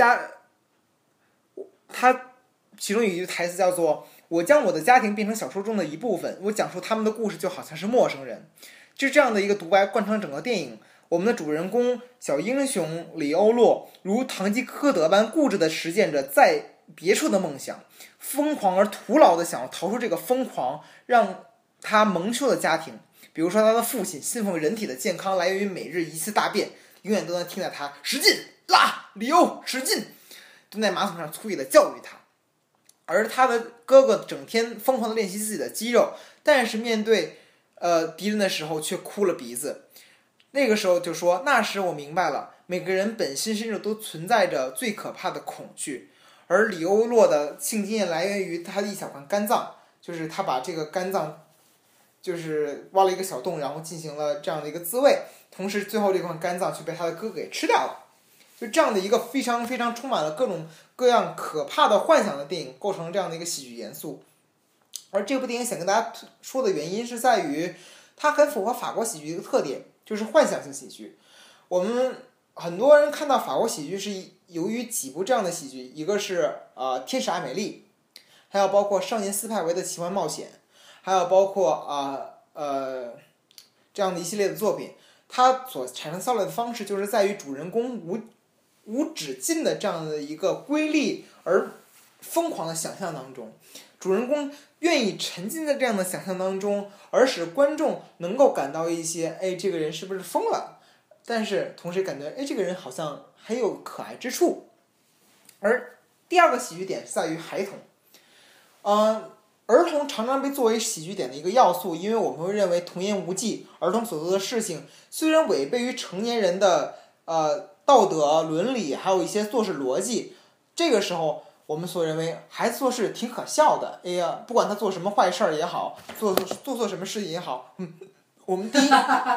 Speaker 4: 他其中有一句台词叫做“我将我的家庭变成小说中的一部分，我讲述他们的故事就好像是陌生人”。就这样的一个独白贯穿整个电影。我们的主人公小英雄里欧洛如堂吉诃德般固执地实践着在别处的梦想，疯狂而徒劳地想要逃出这个疯狂让他蒙羞的家庭。比如说他的父亲信奉人体的健康来源于每日一次大便，永远都能听到他使劲拉里欧使劲蹲在马桶上粗野地教育他。而他的哥哥整天疯狂地练习自己的肌肉，但是面对敌人的时候却哭了鼻子。那个时候就说，那时我明白了，每个人本心深处都存在着最可怕的恐惧。而里欧洛的性经验来源于他的一小块肝脏，就是他把这个肝脏就是挖了一个小洞，然后进行了这样的一个自慰，同时最后这块肝脏却被他的哥哥给吃掉了。就这样的一个非常非常充满了各种各样可怕的幻想的电影，构成这样的一个喜剧元素。而这部电影想跟大家说的原因是在于，它很符合法国喜剧的一个特点，就是幻想性喜剧。我们很多人看到法国喜剧是由于几部这样的喜剧，一个是天使爱美丽，还有包括少年斯派维的奇幻冒险，还有包括这样的一系列的作品。它所产生效率的方式就是在于主人公无止境的这样的一个瑰丽而疯狂的想象当中，主人公愿意沉浸在这样的想象当中，而使观众能够感到一些这个人是不是疯了，但是同时感觉这个人好像很有可爱之处。而第二个喜剧点是在于孩童，儿童常常被作为喜剧点的一个要素，因为我们会认为童言无忌，儿童所做的事情虽然违背于成年人的道德伦理，还有一些做事逻辑，这个时候我们所认为孩子做事挺可笑的。不管他做什么坏事也好，做错什么事情也好，我们第一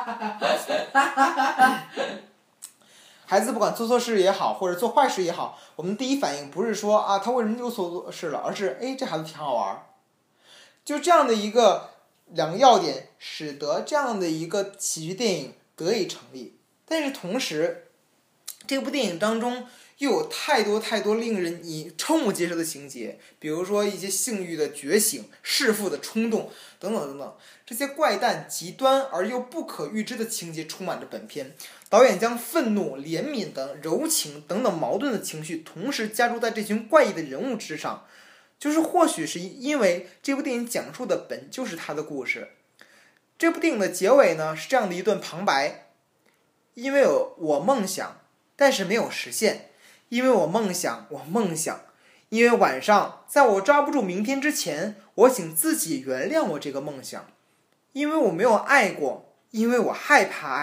Speaker 4: 孩子不管做错事也好，或者做坏事也好，我们第一反应不是说他为什么又做错事了，而是这孩子挺好玩。就这样的一个两个要点，使得这样的一个喜剧电影得以成立。但是同时，这部电影当中又有太多太多令人你瞠目结舌的情节，比如说一些性欲的觉醒、弑父的冲动等等等等，这些怪诞、极端而又不可预知的情节充满着本片。导演将愤怒、怜悯等柔情等等矛盾的情绪同时加注在这群怪异的人物之上，就是或许是因为这部电影讲述的本就是他的故事。这部电影的结尾呢，是这样的一段旁白：因为我梦想，但是没有实现；因为我梦想，因为晚上在我抓不住明天之前，我请自己原谅我这个梦想；因为我没有爱过，因为我害怕爱，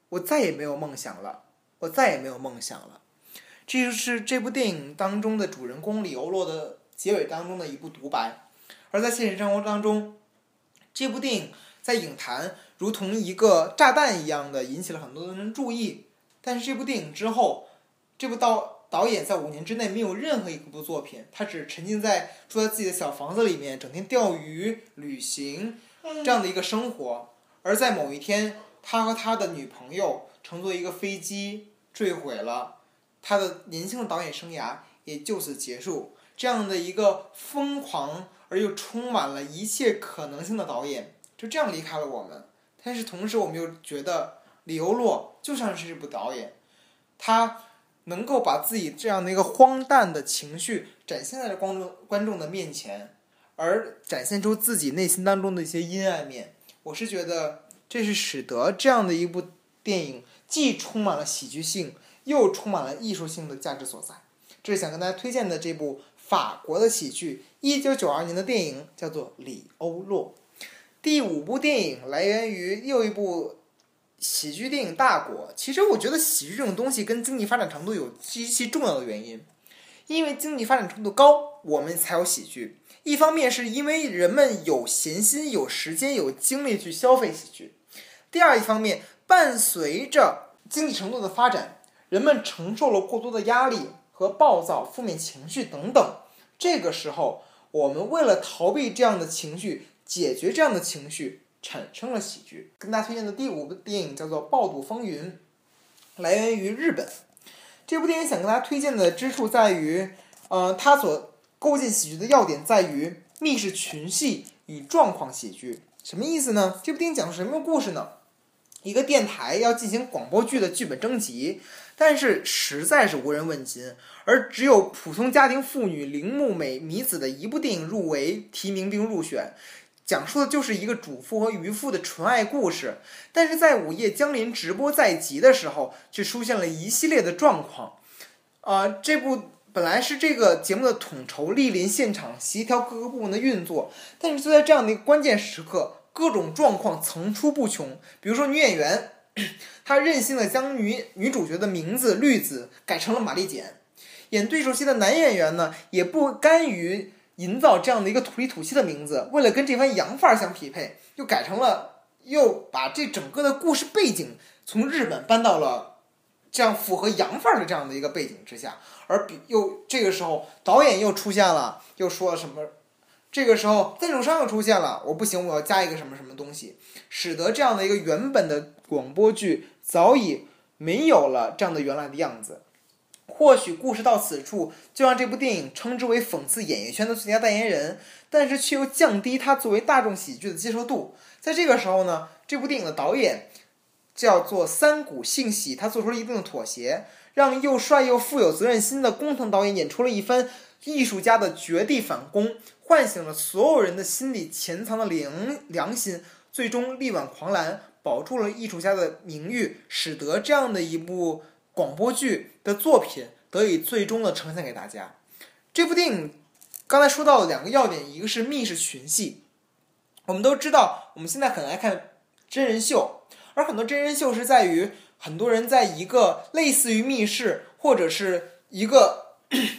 Speaker 4: 我再也没有梦想了，我再也没有梦想了。这就是这部电影当中的主人公李欧洛的结尾当中的一部独白。而在现实生活当中，这部电影在影坛如同一个炸弹一样的引起了很多人注意，但是这部电影之后，这部导演在5年之内没有任何一部作品，他只沉浸在住在自己的小房子里面，整天钓鱼、旅行这样的一个生活。而在某一天，他和他的女朋友乘坐一个飞机坠毁了，他的年轻的导演生涯也就此结束。这样的一个疯狂而又充满了一切可能性的导演就这样离开了我们。但是同时我们又觉得李欧洛就像是这部导演，他能够把自己这样的一个荒诞的情绪展现在了观众的面前，而展现出自己内心当中的一些阴暗面。我是觉得这是使得这样的一部电影既充满了喜剧性又充满了艺术性的价值所在。这是想跟大家推荐的这部法国的喜剧1992年的电影，叫做《李欧洛》。第5部电影来源于又一部喜剧电影《大国》。其实我觉得喜剧这种东西跟经济发展程度有极其重要的原因，因为经济发展程度高，我们才有喜剧。一方面是因为人们有闲心、有时间、有精力去消费喜剧；第二一方面，伴随着经济程度的发展，人们承受了过多的压力和暴躁、负面情绪等等。这个时候，我们为了逃避这样的情绪，解决这样的情绪，产生了喜剧。跟大家推荐的第5部电影叫做《暴赌风云》，来源于日本。这部电影想跟大家推荐的之处在于，它所构建喜剧的要点在于密室群戏与状况喜剧。什么意思呢？这部电影讲述什么故事呢？一个电台要进行广播剧的剧本征集，但是实在是无人问津，而只有普通家庭妇女铃木美弥子的一部电影入围提名并入选，讲述的就是一个主妇和渔夫的纯爱故事。但是在午夜江临直播在即的时候，却出现了一系列的状况。这部本来是这个节目的统筹，莅临现场协调各个部门的运作，但是就在这样的一个关键时刻，各种状况层出不穷。比如说女演员，她任性的将女主角的名字绿子改成了玛丽简。演对手戏的男演员呢，也不甘于营造这样的一个土里土气的名字，为了跟这番洋范相匹配，又把这整个的故事背景从日本搬到了这样符合洋范的这样的一个背景之下。而这个时候导演又出现了，又说了什么，这个时候赞助商又出现了，我不行，我要加一个什么什么东西，使得这样的一个原本的广播剧早已没有了这样的原来的样子。或许故事到此处就让这部电影称之为讽刺演艺圈的最佳代言人，但是却又降低它作为大众喜剧的接受度。在这个时候呢，这部电影的导演叫做三谷幸喜，他做出了一定的妥协，让又帅又富有责任心的工藤导演演出了一番艺术家的绝地反攻，唤醒了所有人的心里潜藏的良心，最终力挽狂澜，保住了艺术家的名誉，使得这样的一部广播剧的作品得以最终的呈现给大家。这部电影刚才说到的2个要点，一个是密室群戏。我们都知道，我们现在很爱看真人秀，而很多真人秀是在于很多人在一个类似于密室或者是一个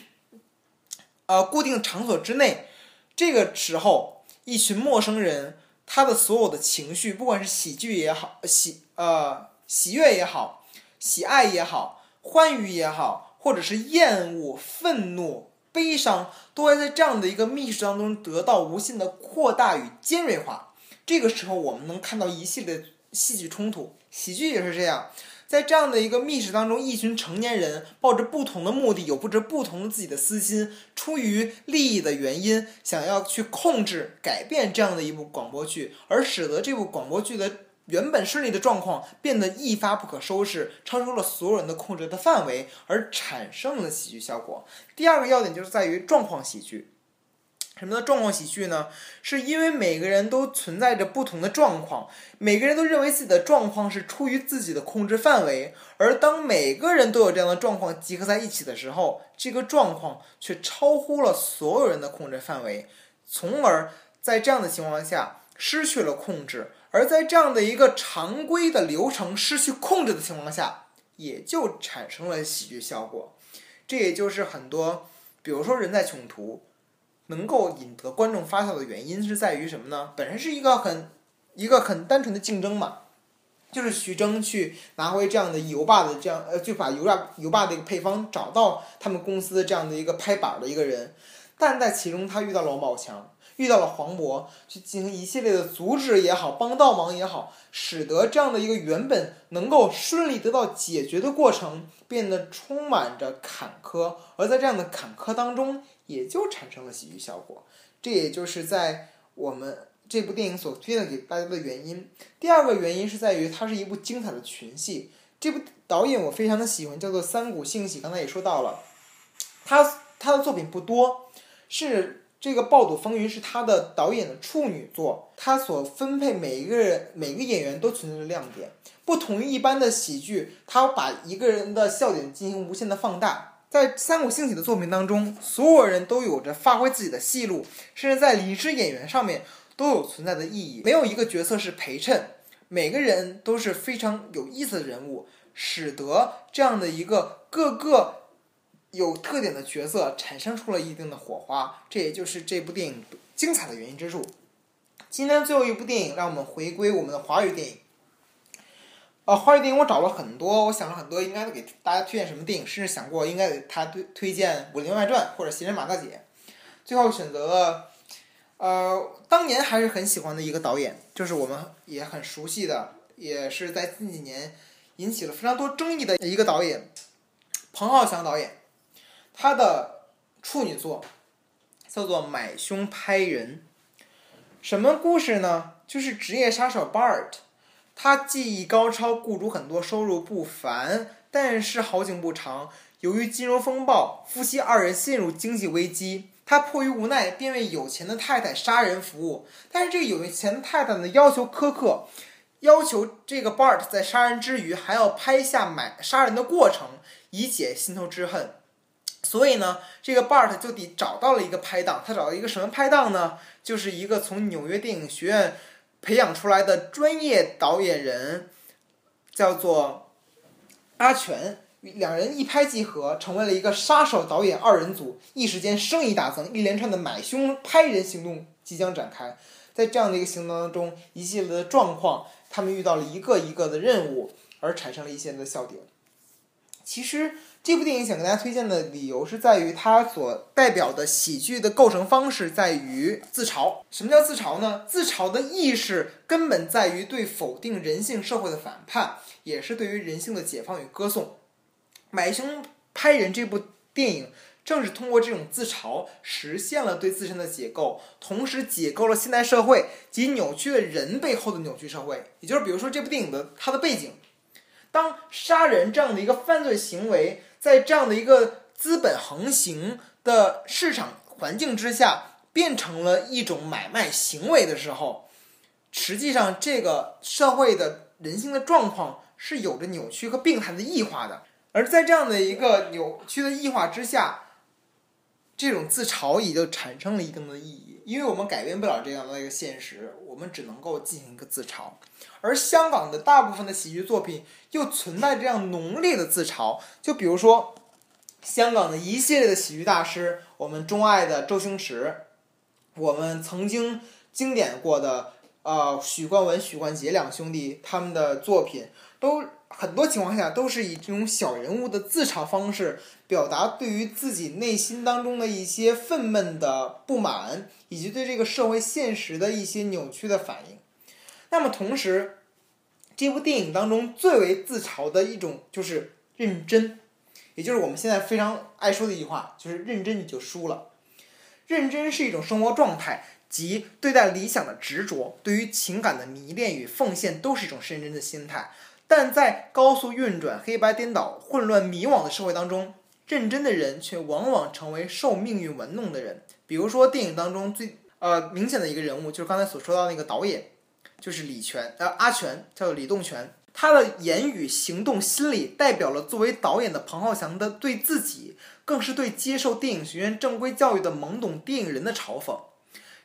Speaker 4: 固定的场所之内，这个时候一群陌生人，他的所有的情绪，不管是喜剧也好，喜悦也好，喜爱也好，欢愉也好，或者是厌恶、愤怒、悲伤，都会在这样的一个密室当中得到无限的扩大与尖锐化。这个时候我们能看到一系列的戏剧冲突，喜剧也是这样。在这样的一个密室当中，一群成年人抱着不同的目的，有着不同的自己的私心，出于利益的原因，想要去控制、改变这样的一部广播剧，而使得这部广播剧的原本顺利的状况变得一发不可收拾，超出了所有人的控制的范围，而产生了喜剧效果。第2个要点就是在于状况喜剧。什么叫状况喜剧呢？是因为每个人都存在着不同的状况，每个人都认为自己的状况是出于自己的控制范围，而当每个人都有这样的状况集合在一起的时候，这个状况却超乎了所有人的控制范围，从而在这样的情况下失去了控制， 而在这样的一个常规的流程失去控制的情况下，也就产生了喜剧效果。这也就是很多比如说人在囧途能够引得观众发笑的原因是在于什么呢？本身是一个很单纯的竞争嘛，就是徐峥去拿回这样的油霸的就把油霸的一个配方找到他们公司的这样的一个拍板的一个人，但在其中他遇到了王宝强，遇到了黄渤，去进行一系列的阻止也好，帮倒忙也好，使得这样的一个原本能够顺利得到解决的过程变得充满着坎坷，而在这样的坎坷当中也就产生了喜剧效果。这也就是在我们这部电影所推荐给大家的原因。第二个原因是在于它是一部精彩的群戏。这部导演我非常的喜欢，叫做三谷幸喜，刚才也说到了，他的作品不多，是这个《爆肚风云》是他的导演的处女作，他所分配每个演员都存在着亮点，不同于一般的喜剧，他把一个人的笑点进行无限的放大。在三谷幸喜的作品当中，所有人都有着发挥自己的戏路，甚至在临时演员上面都有存在的意义，没有一个角色是陪衬，每个人都是非常有意思的人物，使得这样的一个各个有特点的角色产生出了一定的火花，这也就是这部电影精彩的原因之处。今天最后一部电影，让我们回归我们的华语电影。华语电影我找了很多，我想了很多应该给大家推荐什么电影，甚至想过应该给他推荐《武林外传》或者《闲人马大姐》，最后选择了当年还是很喜欢的一个导演，就是我们也很熟悉的，也是在近几年引起了非常多争议的一个导演，彭浩翔导演。他的处女作叫做《买凶拍人》。什么故事呢？就是职业杀手 Bart， 他技艺高超，雇主很多，收入不凡，但是好景不长，由于金融风暴，夫妻二人陷入经济危机，他迫于无奈便为有钱的太太杀人服务，但是这个有钱的太太呢要求苛刻，要求这个 Bart 在杀人之余还要拍下杀人的过程，以解心头之恨。所以呢，这个 Bart 就得找到了一个拍档，他找到一个什么拍档呢？就是一个从纽约电影学院培养出来的专业导演人，叫做阿全。两人一拍即合，成为了一个杀手导演二人组，一时间生意大增，一连串的买凶拍人行动即将展开。在这样的一个行动当中，一系列的状况，他们遇到了一个一个的任务，而产生了一系列的笑点。其实这部电影想跟大家推荐的理由是在于它所代表的喜剧的构成方式在于自嘲。什么叫自嘲呢？自嘲的意识根本在于对否定人性社会的反叛，也是对于人性的解放与歌颂。买凶拍人这部电影正是通过这种自嘲实现了对自身的解构，同时解构了现代社会及扭曲的人背后的扭曲社会。也就是比如说这部电影的它的背景，当杀人这样的一个犯罪行为在这样的一个资本横行的市场环境之下变成了一种买卖行为的时候，实际上这个社会的人性的状况是有着扭曲和病态的异化的。而在这样的一个扭曲的异化之下，这种自嘲也就产生了一定的意义，因为我们改变不了这样的一个现实，我们只能够进行一个自嘲。而香港的大部分的喜剧作品又存在这样浓烈的自嘲，就比如说香港的一系列的喜剧大师，我们钟爱的周星驰，我们曾经经典过的许冠文、许冠杰两兄弟，他们的作品都很多情况下都是以这种小人物的自嘲方式表达对于自己内心当中的一些愤懑的不满，以及对这个社会现实的一些扭曲的反应。那么同时，这部电影当中最为自嘲的一种就是认真，也就是我们现在非常爱说的一句话，就是认真你就输了。认真是一种生活状态，即对待理想的执着，对于情感的迷恋与奉献都是一种认真的心态。但在高速运转、黑白颠倒、混乱迷惘的社会当中，认真的人却往往成为受命运玩弄的人。比如说电影当中最明显的一个人物，就是刚才所说到那个导演，就是阿全，叫做李栋全。他的言语、行动、心理代表了作为导演的彭浩翔的对自己，更是对接受电影学院正规教育的懵懂电影人的嘲讽。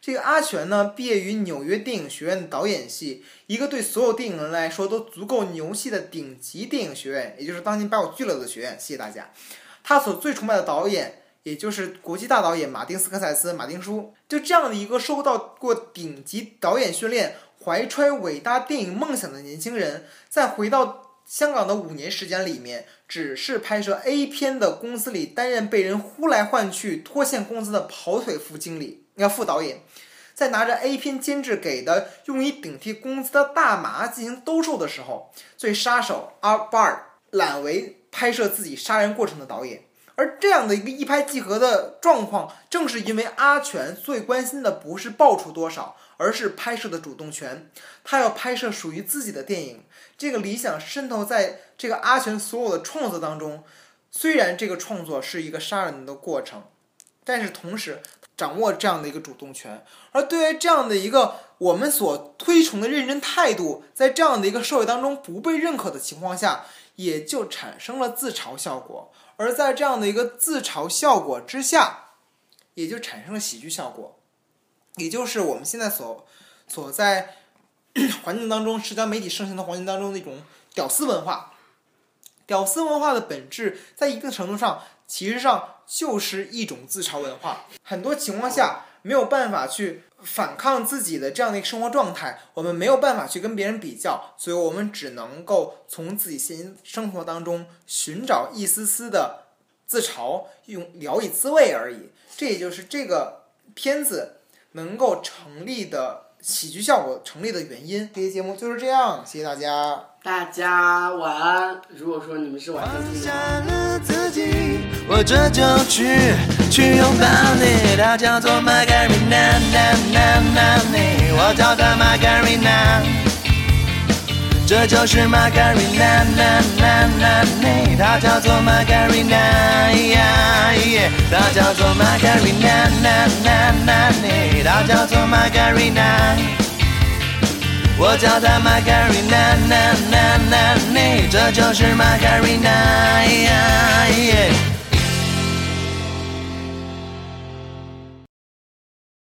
Speaker 4: 这个阿全呢，毕业于纽约电影学院的导演系，一个对所有电影人来说都足够牛气的顶级电影学院，也就是当今把我拒了的学院。谢谢大家。他所最崇拜的导演，也就是国际大导演马丁斯科塞斯，马丁叔。就这样的一个受到过顶级导演训练、怀揣伟大电影梦想的年轻人，在回到香港的5年时间里面，只是拍摄 A 片的公司里担任被人呼来唤去拖欠工资的跑腿副导演，在拿着 A 片监制给的用以顶替工资的大麻进行兜售的时候，最杀手阿巴尔揽为拍摄自己杀人过程的导演。而这样的一个一拍即合的状况，正是因为阿全最关心的不是报酬多少，而是拍摄的主动权。他要拍摄属于自己的电影，这个理想渗透在这个阿全所有的创作当中。虽然这个创作是一个杀人的过程，但是同时掌握这样的一个主动权。而对于这样的一个我们所推崇的认真态度，在这样的一个社会当中不被认可的情况下，也就产生了自嘲效果。而在这样的一个自嘲效果之下，也就产生了喜剧效果，也就是我们现在所在环境当中，社交媒体盛行的环境当中的一种屌丝文化。屌丝文化的本质在一定程度上其实上就是一种自嘲文化。很多情况下没有办法去反抗自己的这样的一个生活状态，我们没有办法去跟别人比较，所以我们只能够从自己现实生活当中寻找一丝丝的自嘲，聊以自慰而已。这也就是这个片子能够成立的喜剧效果成立的原因。这期节目就是这样，谢谢大家。
Speaker 2: 大家晚安。如果说你们是晚上听的话，
Speaker 1: 我这就去拥抱你，它叫做 Margarina， 我叫它 Margarina， 这就是 Margarina， 它叫做 Margarina， 它叫做 Margarina， 它叫做 Margarina， 我叫它 Margarina， 这就是 Margarina，